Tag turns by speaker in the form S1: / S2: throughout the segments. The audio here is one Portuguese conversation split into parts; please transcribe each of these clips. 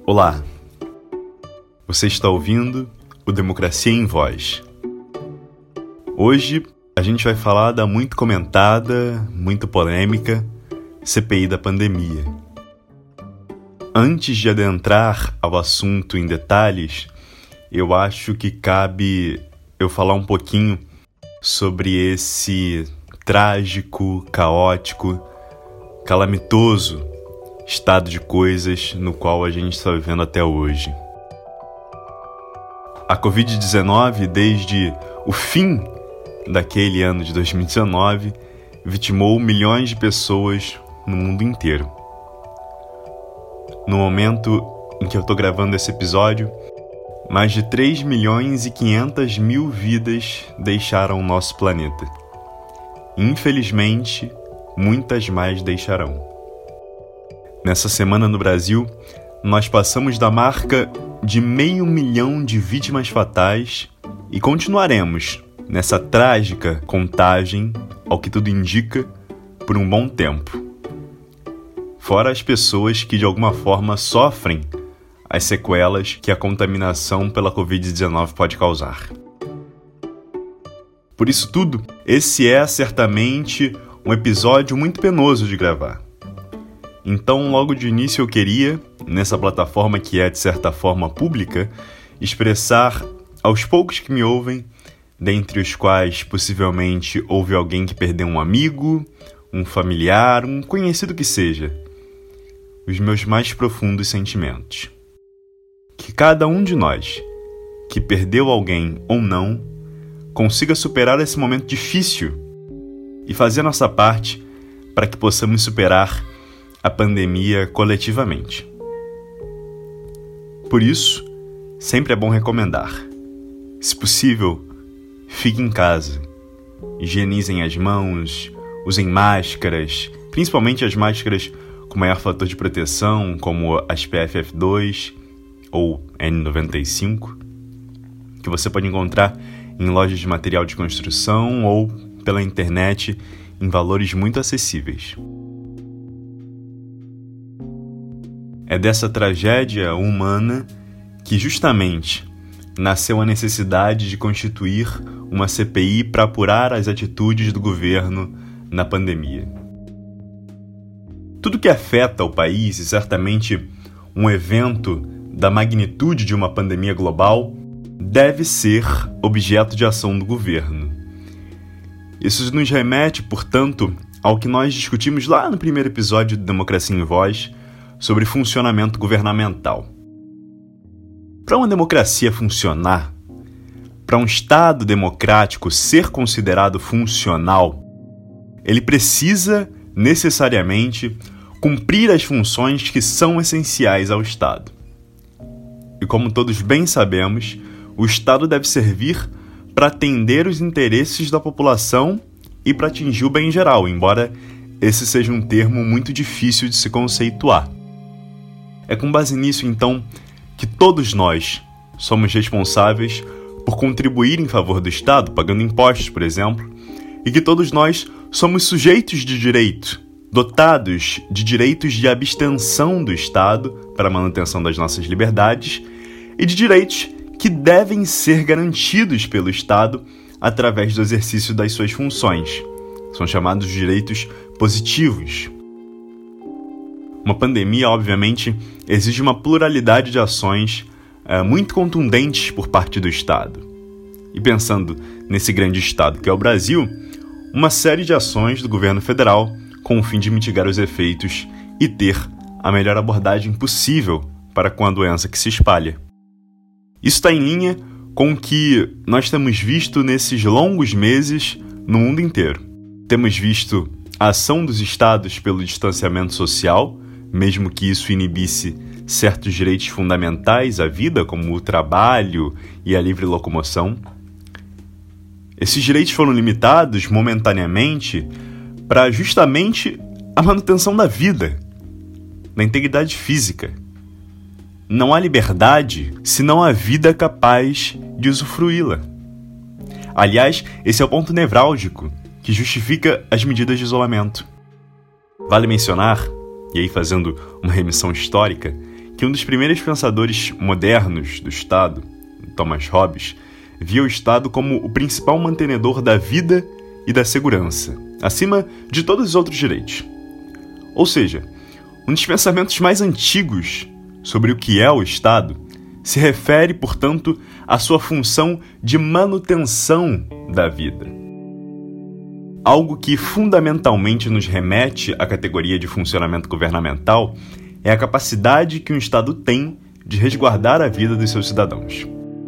S1: Olá, você está ouvindo o Democracia em Voz. Hoje a gente vai falar da muito comentada, muito polêmica CPI da pandemia. Antes de adentrar ao assunto em detalhes, eu acho que cabe eu falar um pouquinho sobre esse trágico, caótico, calamitoso estado de coisas no qual a gente está vivendo até hoje. A Covid-19, desde o fim daquele ano de 2019, vitimou milhões de pessoas no mundo inteiro. No momento em que eu estou gravando esse episódio, mais de 3.500.000 vidas deixaram o nosso planeta. Infelizmente, muitas mais deixarão. Nessa semana no Brasil, nós passamos da marca de 500 mil de vítimas fatais e continuaremos nessa trágica contagem, ao que tudo indica, por um bom tempo. Fora as pessoas que de alguma forma sofrem as sequelas que a contaminação pela Covid-19 pode causar. Por isso tudo, esse é certamente um episódio muito penoso de gravar. Então, logo de início eu queria, nessa plataforma que é de certa forma pública, expressar aos poucos que me ouvem, dentre os quais possivelmente houve alguém que perdeu um amigo, um familiar, um conhecido que seja, os meus mais profundos sentimentos. Que cada um de nós, que perdeu alguém ou não, consiga superar esse momento difícil e fazer a nossa parte para que possamos superar a pandemia coletivamente. Por isso, sempre é bom recomendar. Se possível, fique em casa. Higienizem as mãos, usem máscaras, principalmente as máscaras com maior fator de proteção, como as PFF2 ou N95, que você pode encontrar em lojas de material de construção ou pela internet em valores muito acessíveis. É dessa tragédia humana que justamente nasceu a necessidade de constituir uma CPI para apurar as atitudes do governo na pandemia. Tudo que afeta o país, e certamente um evento da magnitude de uma pandemia global, deve ser objeto de ação do governo. Isso nos remete, portanto, ao que nós discutimos lá no primeiro episódio do Democracia em Voz, sobre funcionamento governamental. Para uma democracia funcionar, para um Estado democrático ser considerado funcional, ele precisa, necessariamente, cumprir as funções que são essenciais ao Estado. E como todos bem sabemos, o Estado deve servir para atender os interesses da população e para atingir o bem geral, embora esse seja um termo muito difícil de se conceituar. É com base nisso, então, que todos nós somos responsáveis por contribuir em favor do Estado, pagando impostos, por exemplo, e que todos nós somos sujeitos de direito, dotados de direitos de abstenção do Estado para a manutenção das nossas liberdades e de direitos que devem ser garantidos pelo Estado através do exercício das suas funções. São chamados direitos positivos. Uma pandemia, obviamente, exige uma pluralidade de ações muito contundentes por parte do Estado. E pensando nesse grande Estado que é o Brasil, uma série de ações do governo federal com o fim de mitigar os efeitos e ter a melhor abordagem possível para com a doença que se espalha. Isso está em linha com o que nós temos visto nesses longos meses no mundo inteiro. Temos visto a ação dos estados pelo distanciamento social, mesmo que isso inibisse certos direitos fundamentais à vida, como o trabalho e a livre locomoção. Esses direitos foram limitados momentaneamente para justamente a manutenção da vida, da integridade física. Não há liberdade se não há vida capaz de usufruí-la. Aliás, esse é o ponto nevrálgico que justifica as medidas de isolamento. Vale mencionar, e aí fazendo uma remissão histórica, que que um dos primeiros pensadores modernos do Estado, Thomas Hobbes, via o Estado como o principal mantenedor da vida e da segurança, acima de todos os outros direitos. Ou seja, um dos pensamentos mais antigos sobre o que é o Estado se refere, portanto, à sua função de manutenção da vida. Algo que fundamentalmente nos remete à categoria de funcionamento governamental é a capacidade que um Estado tem de resguardar a vida dos seus cidadãos.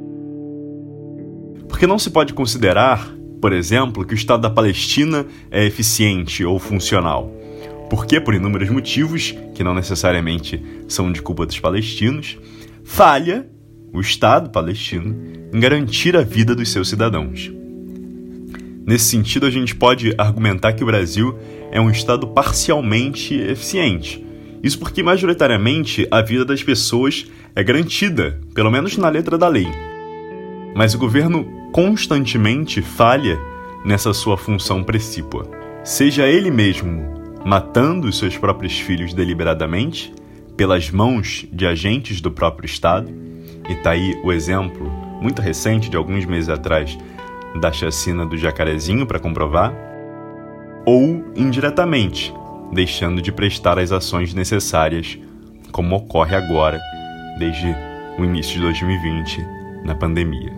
S1: Porque não se pode considerar, por exemplo, que o Estado da Palestina é eficiente ou funcional. Porque, por inúmeros motivos, que não necessariamente são de culpa dos palestinos, falha o Estado palestino em garantir a vida dos seus cidadãos. Nesse sentido, a gente pode argumentar que o Brasil é um Estado parcialmente eficiente. Isso porque, majoritariamente, a vida das pessoas é garantida, pelo menos na letra da lei. Mas o governo constantemente falha nessa sua função precípua. Seja ele mesmo matando os seus próprios filhos deliberadamente, pelas mãos de agentes do próprio Estado, e tá aí o exemplo muito recente, de alguns meses atrás, da chacina do Jacarezinho para comprovar, ou indiretamente, deixando de prestar as ações necessárias, como ocorre agora, desde o início de 2020, na pandemia.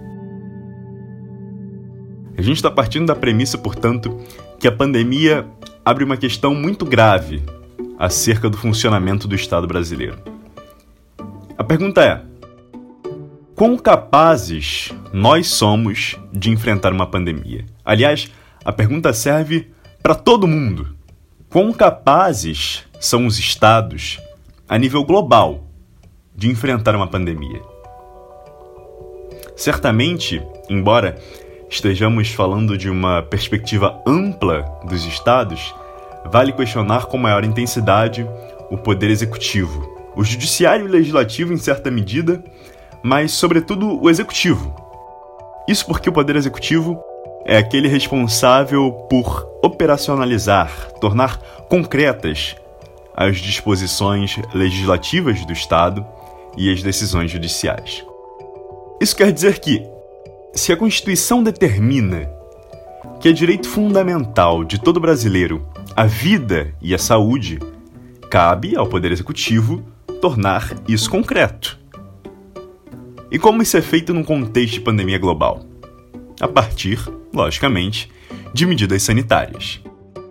S1: A gente está partindo da premissa, portanto, que a pandemia abre uma questão muito grave acerca do funcionamento do Estado brasileiro. A pergunta é: quão capazes nós somos de enfrentar uma pandemia? Aliás, a pergunta serve para todo mundo. Quão capazes são os estados, a nível global, de enfrentar uma pandemia? Certamente, embora estejamos falando de uma perspectiva ampla dos estados, vale questionar com maior intensidade o poder executivo, o judiciário e o legislativo em certa medida, mas, sobretudo, o executivo. Isso porque o poder executivo é aquele responsável por operacionalizar, tornar concretas as disposições legislativas do Estado e as decisões judiciais. Isso quer dizer que, se a Constituição determina que é direito fundamental de todo brasileiro a vida e a saúde, cabe ao Poder Executivo tornar isso concreto. E como isso é feito num contexto de pandemia global? A partir, logicamente, de medidas sanitárias.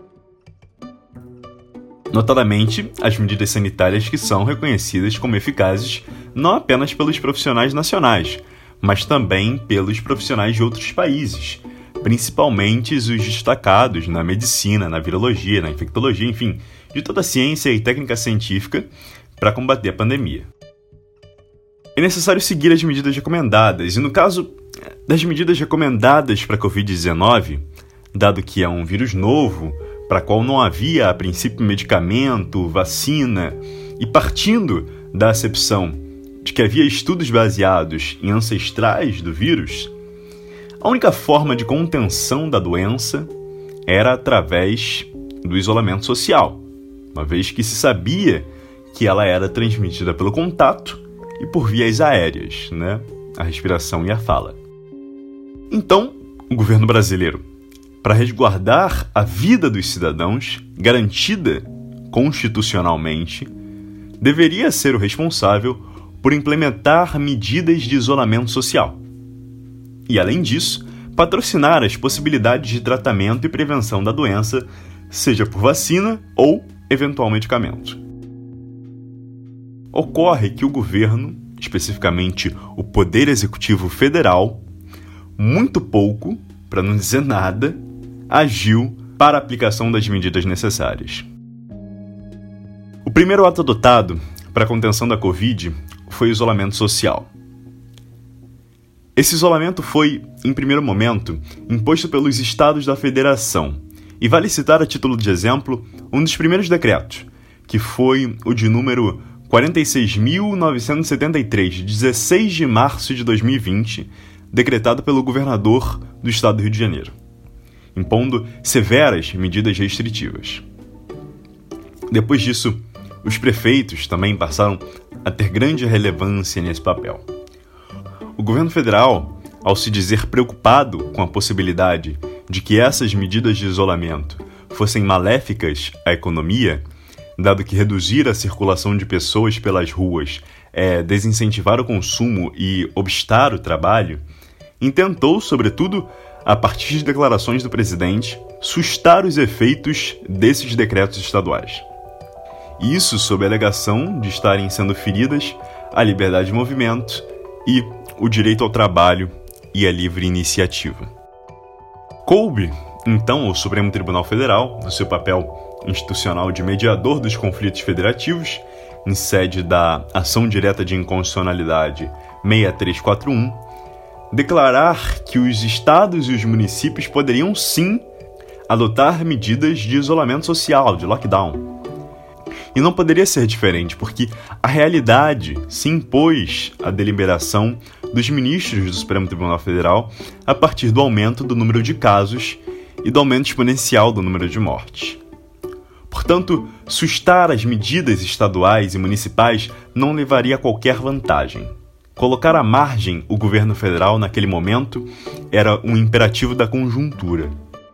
S1: Notadamente, as medidas sanitárias que são reconhecidas como eficazes não apenas pelos profissionais nacionais, mas também pelos profissionais de outros países, principalmente os destacados na medicina, na virologia, na infectologia, enfim, de toda a ciência e técnica científica para combater a pandemia. É necessário seguir as medidas recomendadas, e no caso das medidas recomendadas para a Covid-19, dado que é um vírus novo, para qual não havia a princípio medicamento, vacina, e partindo da acepção de que havia estudos baseados em ancestrais do vírus, a única forma de contenção da doença era através do isolamento social, uma vez que se sabia que ela era transmitida pelo contato e por vias aéreas, a respiração e a fala. Então, o governo brasileiro, para resguardar a vida dos cidadãos, garantida constitucionalmente, deveria ser o responsável por implementar medidas de isolamento social. E, além disso, patrocinar as possibilidades de tratamento e prevenção da doença, seja por vacina ou eventual medicamento. Ocorre que o governo, especificamente o Poder Executivo Federal, muito pouco, para não dizer nada, agiu para a aplicação das medidas necessárias. O primeiro ato adotado para a contenção da Covid foi o isolamento social. Esse isolamento foi, em primeiro momento, imposto pelos estados da federação, e vale citar a título de exemplo um dos primeiros decretos, que foi o de número 46.973, de 16 de março de 2020, decretado pelo governador do estado do Rio de Janeiro, impondo severas medidas restritivas. Depois disso, os prefeitos também passaram a ter grande relevância nesse papel. O governo federal, ao se dizer preocupado com a possibilidade de que essas medidas de isolamento fossem maléficas à economia, dado que reduzir a circulação de pessoas pelas ruas é desincentivar o consumo e obstar o trabalho, intentou, sobretudo, a partir de declarações do presidente, sustar os efeitos desses decretos estaduais. Isso sob a alegação de estarem sendo feridas a liberdade de movimento e o direito ao trabalho e a livre iniciativa. Coube, então, ao Supremo Tribunal Federal, no seu papel institucional de mediador dos conflitos federativos, em sede da Ação Direta de Inconstitucionalidade 6341, declarar que os estados e os municípios poderiam, sim, adotar medidas de isolamento social, de lockdown. E não poderia ser diferente, porque a realidade se impôs à deliberação dos ministros do Supremo Tribunal Federal a partir do aumento do número de casos e do aumento exponencial do número de mortes. Portanto, sustar as medidas estaduais e municipais não levaria a qualquer vantagem. Colocar à margem o governo federal naquele momento era um imperativo da conjuntura.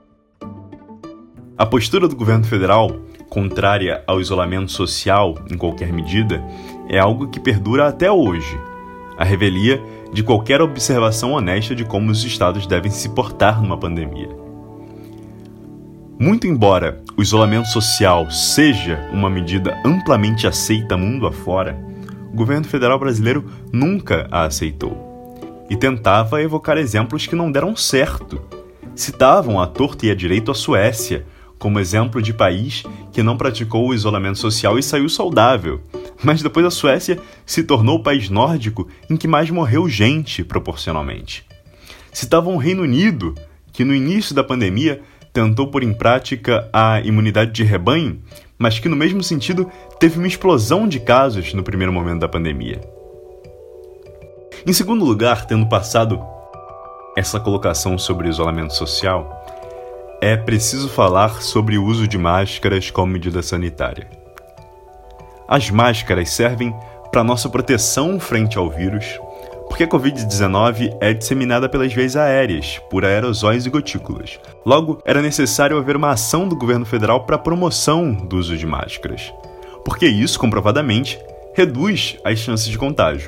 S1: A postura do governo federal, contrária ao isolamento social em qualquer medida, é algo que perdura até hoje, a revelia de qualquer observação honesta de como os estados devem se portar numa pandemia. Muito embora o isolamento social seja uma medida amplamente aceita mundo afora, o governo federal brasileiro nunca a aceitou e tentava evocar exemplos que não deram certo. Citavam à torta e à direita a Suécia como exemplo de país que não praticou o isolamento social e saiu saudável, mas depois a Suécia se tornou o país nórdico em que mais morreu gente proporcionalmente. Citavam o Reino Unido, que no início da pandemia tentou pôr em prática a imunidade de rebanho, mas que no mesmo sentido teve uma explosão de casos no primeiro momento da pandemia. Em segundo lugar, tendo passado essa colocação sobre o isolamento social, é preciso falar sobre o uso de máscaras como medida sanitária. As máscaras servem para nossa proteção frente ao vírus, porque a Covid-19 é disseminada pelas vias aéreas, por aerosóis e gotículas. Logo, era necessário haver uma ação do governo federal para a promoção do uso de máscaras, porque isso, comprovadamente, reduz as chances de contágio.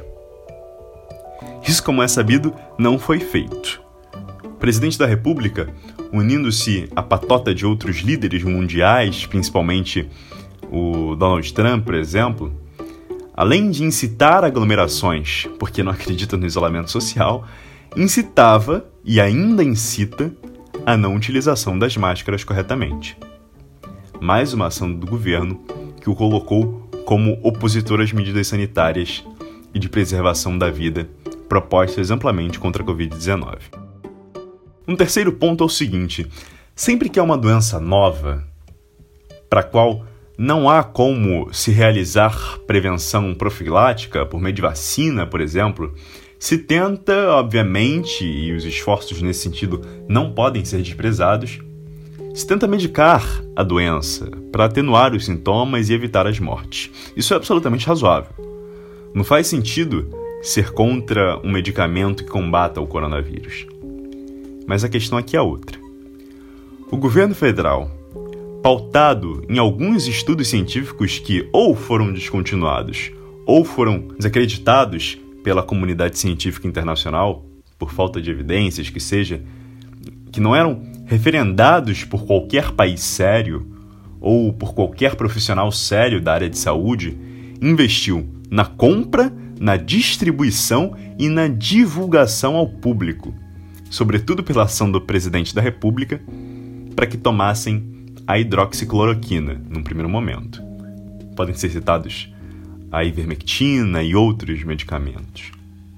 S1: Isso, como é sabido, não foi feito. O presidente da República, unindo-se à patota de outros líderes mundiais, principalmente o Donald Trump, por exemplo, além de incitar aglomerações, porque não acredita no isolamento social, incitava e ainda incita a não utilização das máscaras corretamente. Mais uma ação do governo que o colocou como opositor às medidas sanitárias e de preservação da vida propostas amplamente contra a Covid-19. Um terceiro ponto é o seguinte: sempre que há uma doença nova, para a qual não há como se realizar prevenção profilática por meio de vacina, por exemplo, se tenta, obviamente, e os esforços nesse sentido não podem ser desprezados, se tenta medicar a doença para atenuar os sintomas e evitar as mortes. Isso é absolutamente razoável. Não faz sentido ser contra um medicamento que combata o coronavírus. Mas a questão aqui é outra. O governo federal, pautado em alguns estudos científicos que ou foram descontinuados ou foram desacreditados pela comunidade científica internacional, por falta de evidências, que não eram referendados por qualquer país sério ou por qualquer profissional sério da área de saúde, investiu na compra, na distribuição e na divulgação ao público, sobretudo pela ação do presidente da República, para que tomassem a hidroxicloroquina, num primeiro momento. Podem ser citados a ivermectina e outros medicamentos.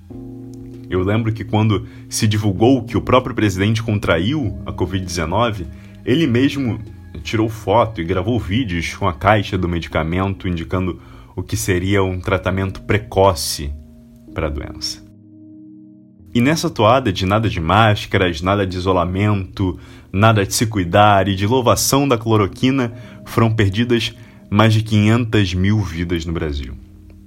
S1: Eu lembro que quando se divulgou que o próprio presidente contraiu a Covid-19, ele mesmo tirou foto e gravou vídeos com a caixa do medicamento indicando o que seria um tratamento precoce para a doença. E nessa toada de nada de máscaras, nada de isolamento, nada de se cuidar e de louvação da cloroquina, foram perdidas mais de 500 mil vidas no Brasil.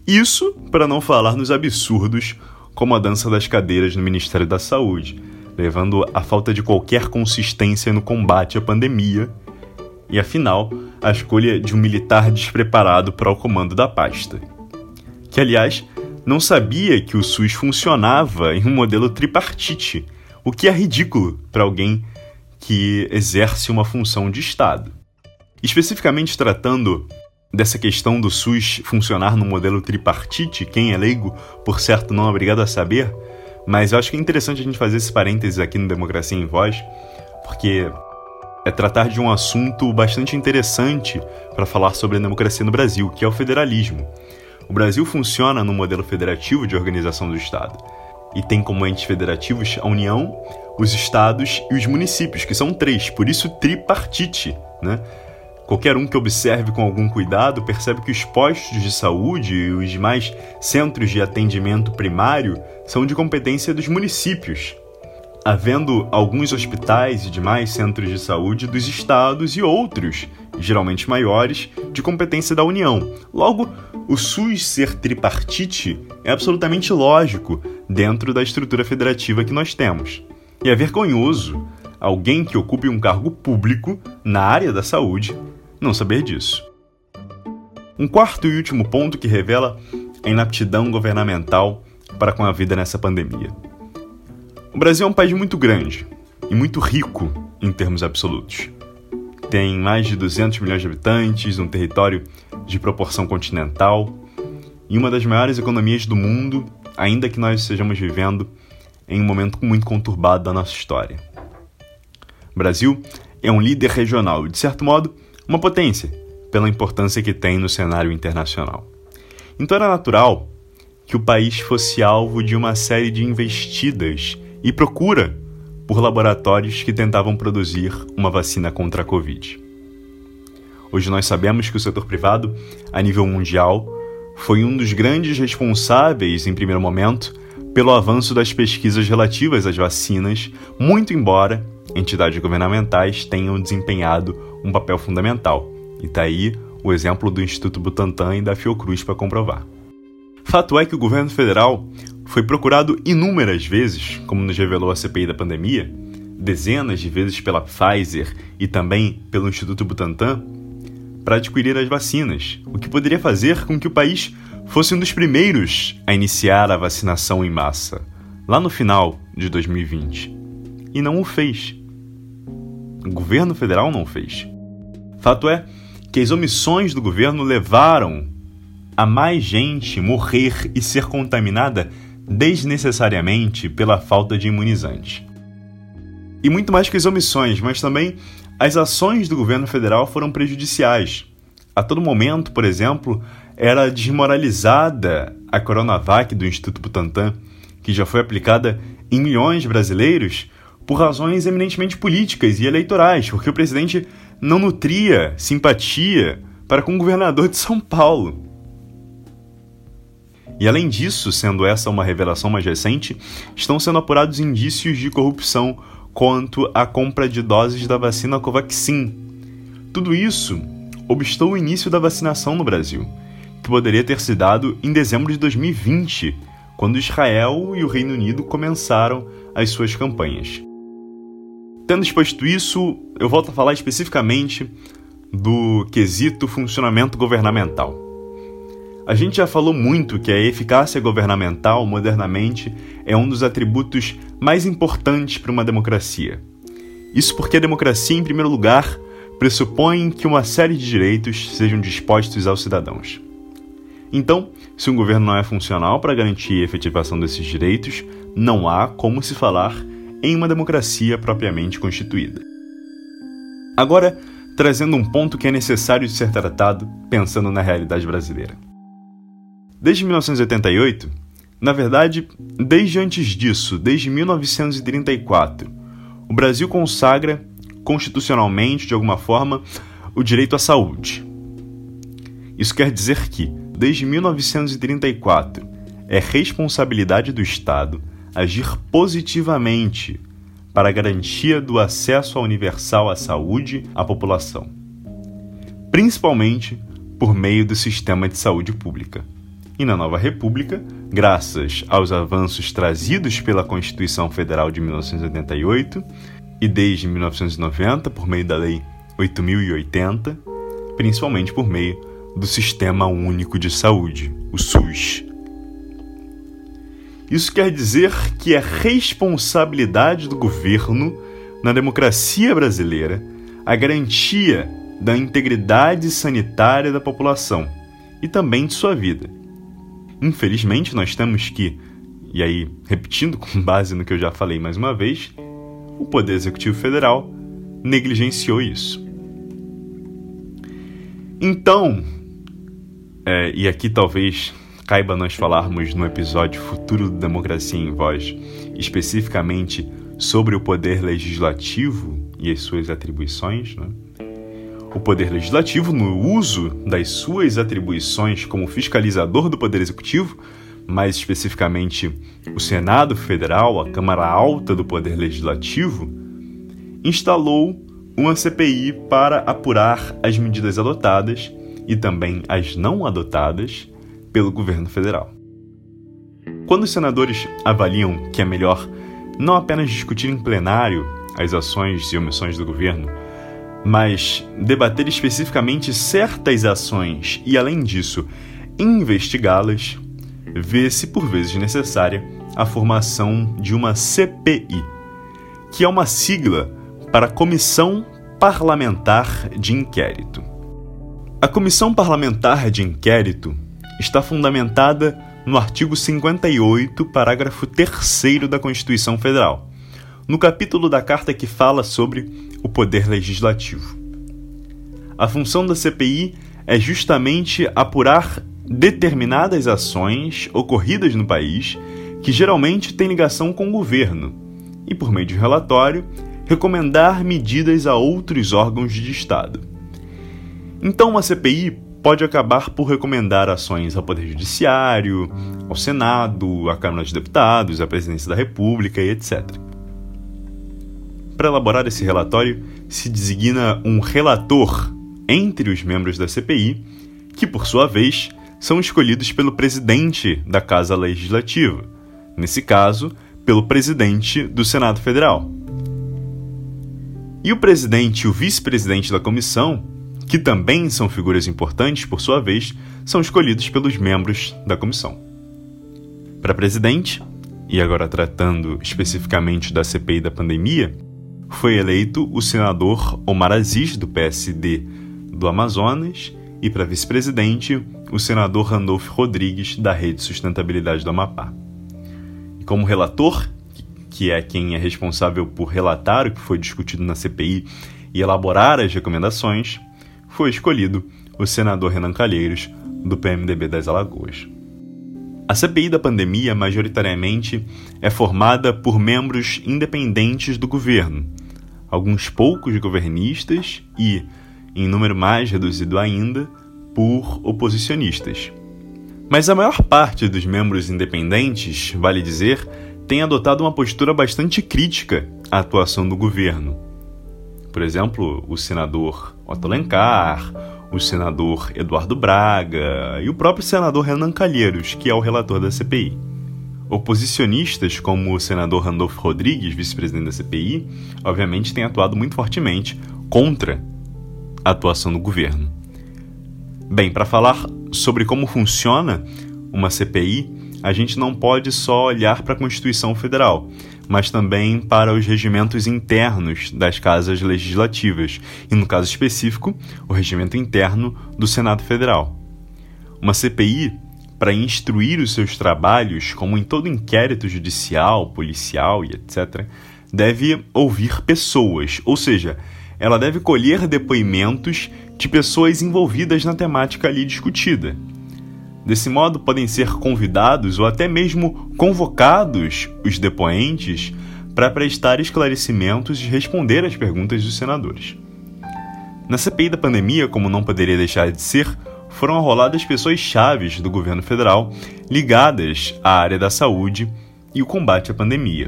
S1: Isso para não falar nos absurdos como a dança das cadeiras no Ministério da Saúde, levando à falta de qualquer consistência no combate à pandemia e, afinal, a escolha de um militar despreparado para o comando da pasta. Que, aliás, não sabia que o SUS funcionava em um modelo tripartite, o que é ridículo para alguém que exerce uma função de Estado. Especificamente tratando dessa questão do SUS funcionar no modelo tripartite, quem é leigo, por certo, não é obrigado a saber, mas eu acho que é interessante a gente fazer esse parênteses aqui no Democracia em Voz, porque é tratar de um assunto bastante interessante para falar sobre a democracia no Brasil, que é o federalismo. O Brasil funciona no modelo federativo de organização do Estado e tem como entes federativos a União, os estados e os municípios, que são 3, por isso tripartite, né? Qualquer um que observe com algum cuidado percebe que os postos de saúde e os demais centros de atendimento primário são de competência dos municípios, havendo alguns hospitais e demais centros de saúde dos estados e outros, geralmente maiores, de competência da União. Logo, o SUS ser tripartite é absolutamente lógico dentro da estrutura federativa que nós temos. E é vergonhoso alguém que ocupe um cargo público na área da saúde não saber disso. Um quarto e último ponto que revela a inaptidão governamental para com a vida nessa pandemia. O Brasil é um país muito grande e muito rico em termos absolutos. Tem mais de 200 milhões de habitantes, um território de proporção continental e uma das maiores economias do mundo, ainda que nós estejamos vivendo em um momento muito conturbado da nossa história. O Brasil é um líder regional e, de certo modo, uma potência, pela importância que tem no cenário internacional. Então era natural que o país fosse alvo de uma série de investidas e procura por laboratórios que tentavam produzir uma vacina contra a Covid. Hoje nós sabemos que o setor privado, a nível mundial, foi um dos grandes responsáveis, em primeiro momento, pelo avanço das pesquisas relativas às vacinas, muito embora entidades governamentais tenham desempenhado um papel fundamental. E está aí o exemplo do Instituto Butantan e da Fiocruz para comprovar. Fato é que o governo federal foi procurado inúmeras vezes, como nos revelou a CPI da pandemia, dezenas de vezes pela Pfizer e também pelo Instituto Butantan, para adquirir as vacinas, o que poderia fazer com que o país fosse um dos primeiros a iniciar a vacinação em massa, lá no final de 2020. E não o fez. O governo federal não fez. Fato é que as omissões do governo levaram a mais gente morrer e ser contaminada desnecessariamente pela falta de imunizante. E muito mais que as omissões, mas também as ações do governo federal foram prejudiciais. A todo momento, por exemplo, era desmoralizada a Coronavac do Instituto Butantan, que já foi aplicada em milhões de brasileiros por razões eminentemente políticas e eleitorais, porque o presidente não nutria simpatia para com o governador de São Paulo. E além disso, sendo essa uma revelação mais recente, estão sendo apurados indícios de corrupção quanto à compra de doses da vacina Covaxin. Tudo isso obstou o início da vacinação no Brasil, que poderia ter se dado em dezembro de 2020, quando Israel e o Reino Unido começaram as suas campanhas. Tendo exposto isso, eu volto a falar especificamente do quesito funcionamento governamental. A gente já falou muito que a eficácia governamental, modernamente, é um dos atributos mais importantes para uma democracia. Isso porque a democracia, em primeiro lugar, pressupõe que uma série de direitos sejam dispostos aos cidadãos. Então, se um governo não é funcional para garantir a efetivação desses direitos, não há como se falar em uma democracia propriamente constituída. Agora, trazendo um ponto que é necessário de ser tratado pensando na realidade brasileira. Desde 1988, na verdade, desde antes disso, desde 1934, o Brasil consagra constitucionalmente, de alguma forma, o direito à saúde. Isso quer dizer que, desde 1934, é responsabilidade do Estado agir positivamente para a garantia do acesso universal à saúde à população, principalmente por meio do sistema de saúde pública. E na nova República, graças aos avanços trazidos pela Constituição Federal de 1988 e desde 1990 por meio da Lei 8.080, principalmente por meio do Sistema Único de Saúde, o SUS. Isso quer dizer que é responsabilidade do governo, na democracia brasileira, a garantia da integridade sanitária da população e também de sua vida. Infelizmente, nós temos que, e aí, repetindo com base no que eu já falei mais uma vez, o Poder Executivo Federal negligenciou isso. Então, e aqui talvez caiba nós falarmos no episódio futuro do Democracia em Voz, especificamente sobre o Poder Legislativo e as suas atribuições, né? O Poder Legislativo, no uso das suas atribuições como fiscalizador do Poder Executivo, mais especificamente o Senado Federal, a Câmara Alta do Poder Legislativo, instalou uma CPI para apurar as medidas adotadas e também as não adotadas pelo governo federal. Quando os senadores avaliam que é melhor não apenas discutir em plenário as ações e omissões do governo, mas debater especificamente certas ações e, além disso, investigá-las, vê-se por vezes necessária a formação de uma CPI, que é uma sigla para Comissão Parlamentar de Inquérito. A Comissão Parlamentar de Inquérito está fundamentada no artigo 58, parágrafo 3º da Constituição Federal, no capítulo da Carta que fala sobre o Poder Legislativo. A função da CPI é justamente apurar determinadas ações ocorridas no país que geralmente têm ligação com o governo e, por meio de um relatório, recomendar medidas a outros órgãos de Estado. Então, uma CPI pode acabar por recomendar ações ao Poder Judiciário, ao Senado, à Câmara de Deputados, à Presidência da República e etc. Para elaborar esse relatório, se designa um relator entre os membros da CPI, que, por sua vez, são escolhidos pelo presidente da Casa Legislativa, nesse caso, pelo presidente do Senado Federal. E o presidente e o vice-presidente da comissão, que também são figuras importantes, por sua vez, são escolhidos pelos membros da comissão. Para presidente, e agora tratando especificamente da CPI da pandemia, foi eleito o senador Omar Aziz, do PSD do Amazonas, e para vice-presidente, o senador Randolfo Rodrigues, da Rede Sustentabilidade do Amapá. E como relator, que é quem é responsável por relatar o que foi discutido na CPI e elaborar as recomendações, foi escolhido o senador Renan Calheiros, do PMDB das Alagoas. A CPI da pandemia, majoritariamente, é formada por membros independentes do governo, alguns poucos governistas e, em número mais reduzido ainda, por oposicionistas. Mas a maior parte dos membros independentes, vale dizer, tem adotado uma postura bastante crítica à atuação do governo. Por exemplo, o senador Otto Alencar, o senador Eduardo Braga e o próprio senador Renan Calheiros, que é o relator da CPI. Oposicionistas, como o senador Randolfo Rodrigues, vice-presidente da CPI, obviamente têm atuado muito fortemente contra a atuação do governo. Bem, para falar sobre como funciona uma CPI, a gente não pode só olhar para a Constituição Federal, mas também para os regimentos internos das casas legislativas, e no caso específico, o regimento interno do Senado Federal. Uma CPI, para instruir os seus trabalhos, como em todo inquérito judicial, policial e etc., deve ouvir pessoas, ou seja, ela deve colher depoimentos de pessoas envolvidas na temática ali discutida. Desse modo, podem ser convidados ou até mesmo convocados os depoentes para prestar esclarecimentos e responder às perguntas dos senadores. Na CPI da pandemia, como não poderia deixar de ser, foram arroladas pessoas chaves do governo federal ligadas à área da saúde e o combate à pandemia.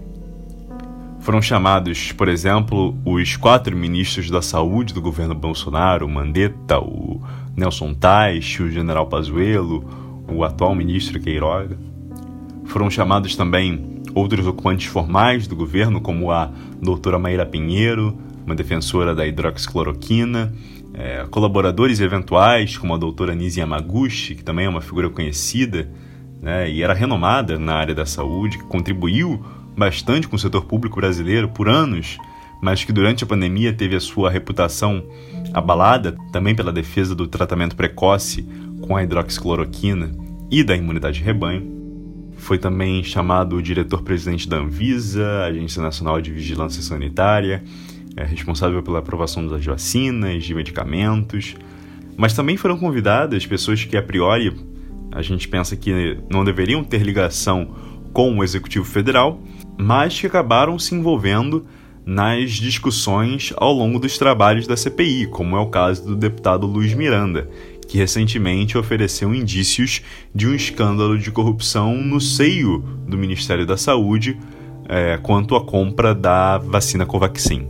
S1: Foram chamados, por exemplo, os 4 ministros da saúde do governo Bolsonaro, o Mandetta, o Nelson Teich, o general Pazuello, o atual ministro Queiroga. Foram chamados também outros ocupantes formais do governo, como a doutora Maíra Pinheiro, uma defensora da hidroxicloroquina, colaboradores eventuais, como a doutora Nise Yamaguchi, que também é uma figura conhecida, né, e era renomada na área da saúde, que contribuiu bastante com o setor público brasileiro por anos, mas que durante a pandemia teve a sua reputação abalada, também pela defesa do tratamento precoce com a hidroxicloroquina e da imunidade de rebanho. Foi também chamado o diretor-presidente da Anvisa, Agência Nacional de Vigilância Sanitária, responsável pela aprovação das vacinas, de medicamentos, mas também foram convidadas pessoas que, a priori, a gente pensa que não deveriam ter ligação com o Executivo Federal, mas que acabaram se envolvendo nas discussões ao longo dos trabalhos da CPI, como é o caso do deputado Luiz Miranda, que recentemente ofereceu indícios de um escândalo de corrupção no seio do Ministério da Saúde quanto à compra da vacina Covaxin.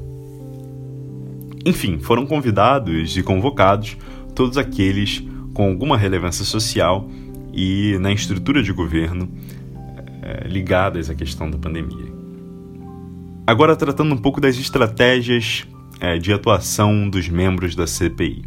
S1: Enfim, foram convidados e convocados todos aqueles com alguma relevância social e na estrutura de governo ligadas à questão da pandemia. Agora, tratando um pouco das estratégias de atuação dos membros da CPI.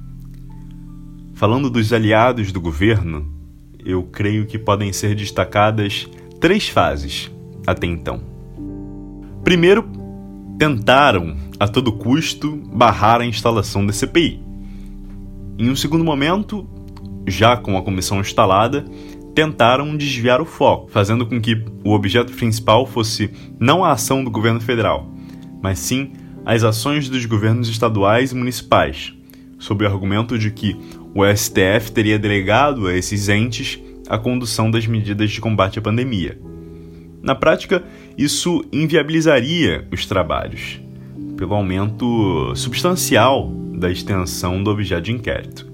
S1: Falando dos aliados do governo, eu creio que podem ser destacadas 3 fases até então. Primeiro, tentaram, a todo custo, barrar a instalação da CPI. Em um segundo momento, já com a comissão instalada, tentaram desviar o foco, fazendo com que o objeto principal fosse não a ação do governo federal, mas sim as ações dos governos estaduais e municipais, sob o argumento de que o STF teria delegado a esses entes a condução das medidas de combate à pandemia. Na prática, isso inviabilizaria os trabalhos, pelo aumento substancial da extensão do objeto de inquérito.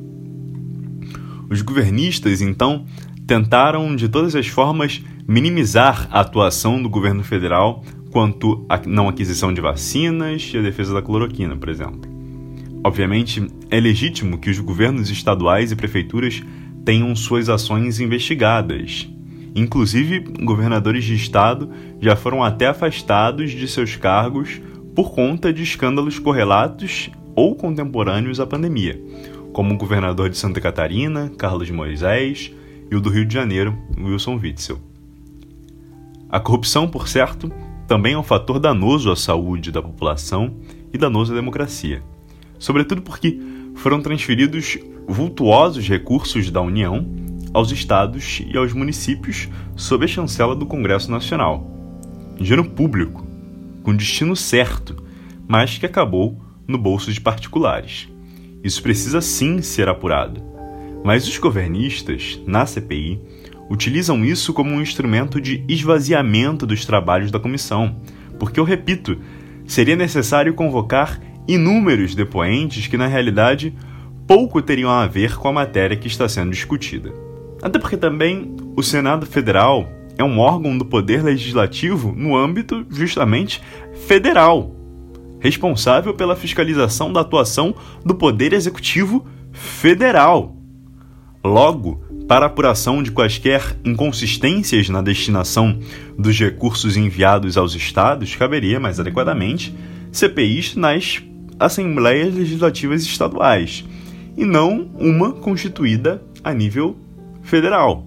S1: Os governistas, então, tentaram de todas as formas minimizar a atuação do governo federal quanto à não aquisição de vacinas e a defesa da cloroquina, por exemplo. Obviamente, é legítimo que os governos estaduais e prefeituras tenham suas ações investigadas. Inclusive, governadores de estado já foram até afastados de seus cargos por conta de escândalos correlatos ou contemporâneos à pandemia, como o governador de Santa Catarina, Carlos Moisés, e o do Rio de Janeiro, Wilson Witzel. A corrupção, por certo, também é um fator danoso à saúde da população e danoso à democracia, sobretudo porque foram transferidos vultuosos recursos da União aos estados e aos municípios sob a chancela do Congresso Nacional. Dinheiro público, com destino certo, mas que acabou no bolso de particulares. Isso precisa sim ser apurado. Mas os governistas, na CPI, utilizam isso como um instrumento de esvaziamento dos trabalhos da comissão, porque, eu repito, seria necessário convocar inúmeros depoentes que, na realidade, pouco teriam a ver com a matéria que está sendo discutida. Até porque também o Senado Federal é um órgão do Poder Legislativo no âmbito, justamente, federal, responsável pela fiscalização da atuação do Poder Executivo Federal. Logo, para a apuração de quaisquer inconsistências na destinação dos recursos enviados aos estados, caberia, mais adequadamente, CPIs nas Assembleias Legislativas Estaduais, e não uma constituída a nível federal.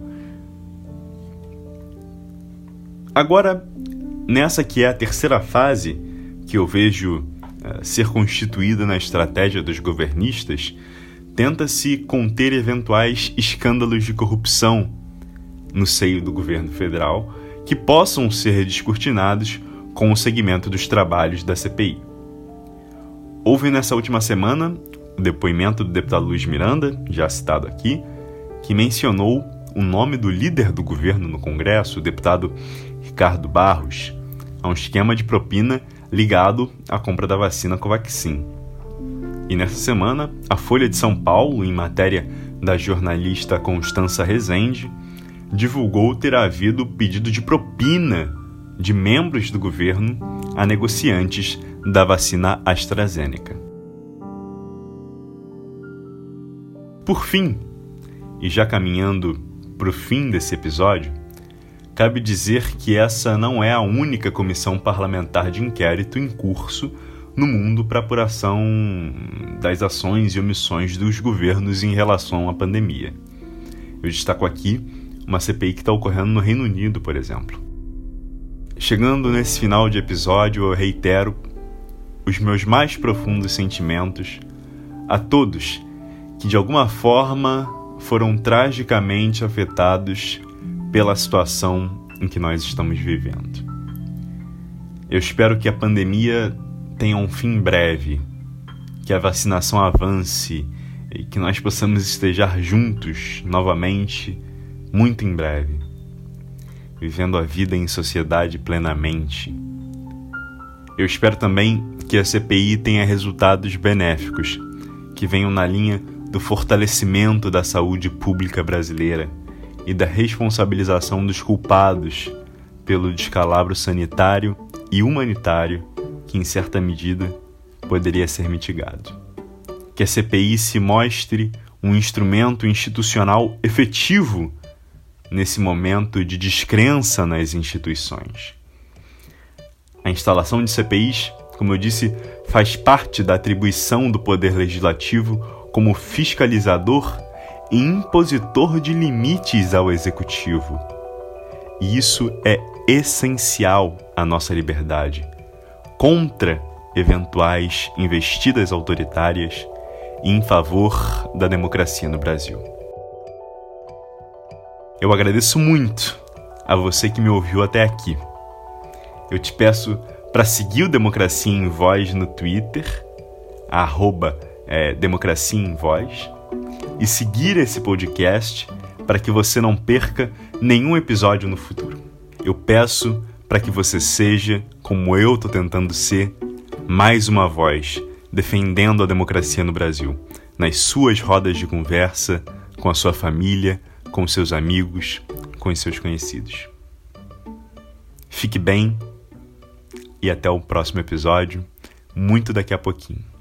S1: Agora, nessa que é a terceira fase que eu vejo ser constituída na estratégia dos governistas, tenta-se conter eventuais escândalos de corrupção no seio do governo federal que possam ser descortinados com o segmento dos trabalhos da CPI. Houve nessa última semana o depoimento do deputado Luiz Miranda, já citado aqui, que mencionou o nome do líder do governo no Congresso, o deputado Ricardo Barros, a um esquema de propina ligado à compra da vacina Covaxin. E nessa semana, a Folha de São Paulo, em matéria da jornalista Constança Rezende, divulgou ter havido pedido de propina de membros do governo a negociantes da vacina AstraZeneca. Por fim, e já caminhando para o fim desse episódio, cabe dizer que essa não é a única comissão parlamentar de inquérito em curso no mundo para apuração das ações e omissões dos governos em relação à pandemia. Eu destaco aqui uma CPI que está ocorrendo no Reino Unido, por exemplo. Chegando nesse final de episódio, eu reitero os meus mais profundos sentimentos a todos que de alguma forma foram tragicamente afetados pela situação em que nós estamos vivendo. Eu espero que a pandemia tenha um fim breve, que a vacinação avance e que nós possamos estejar juntos novamente muito em breve, vivendo a vida em sociedade plenamente. Eu espero também que a CPI tenha resultados benéficos, que venham na linha do fortalecimento da saúde pública brasileira e da responsabilização dos culpados pelo descalabro sanitário e humanitário que, em certa medida, poderia ser mitigado. Que a CPI se mostre um instrumento institucional efetivo nesse momento de descrença nas instituições. A instalação de CPIs, como eu disse, faz parte da atribuição do Poder Legislativo como fiscalizador e impositor de limites ao Executivo. E isso é essencial à nossa liberdade, contra eventuais investidas autoritárias e em favor da democracia no Brasil. Eu agradeço muito a você que me ouviu até aqui. Eu te peço para seguir o Democracia em Voz no Twitter, @Democracia em Voz, e seguir esse podcast para que você não perca nenhum episódio no futuro. Eu peço para que você seja, como eu estou tentando ser, mais uma voz defendendo a democracia no Brasil, nas suas rodas de conversa, com a sua família, com seus amigos, com os seus conhecidos. Fique bem e até o próximo episódio, muito daqui a pouquinho.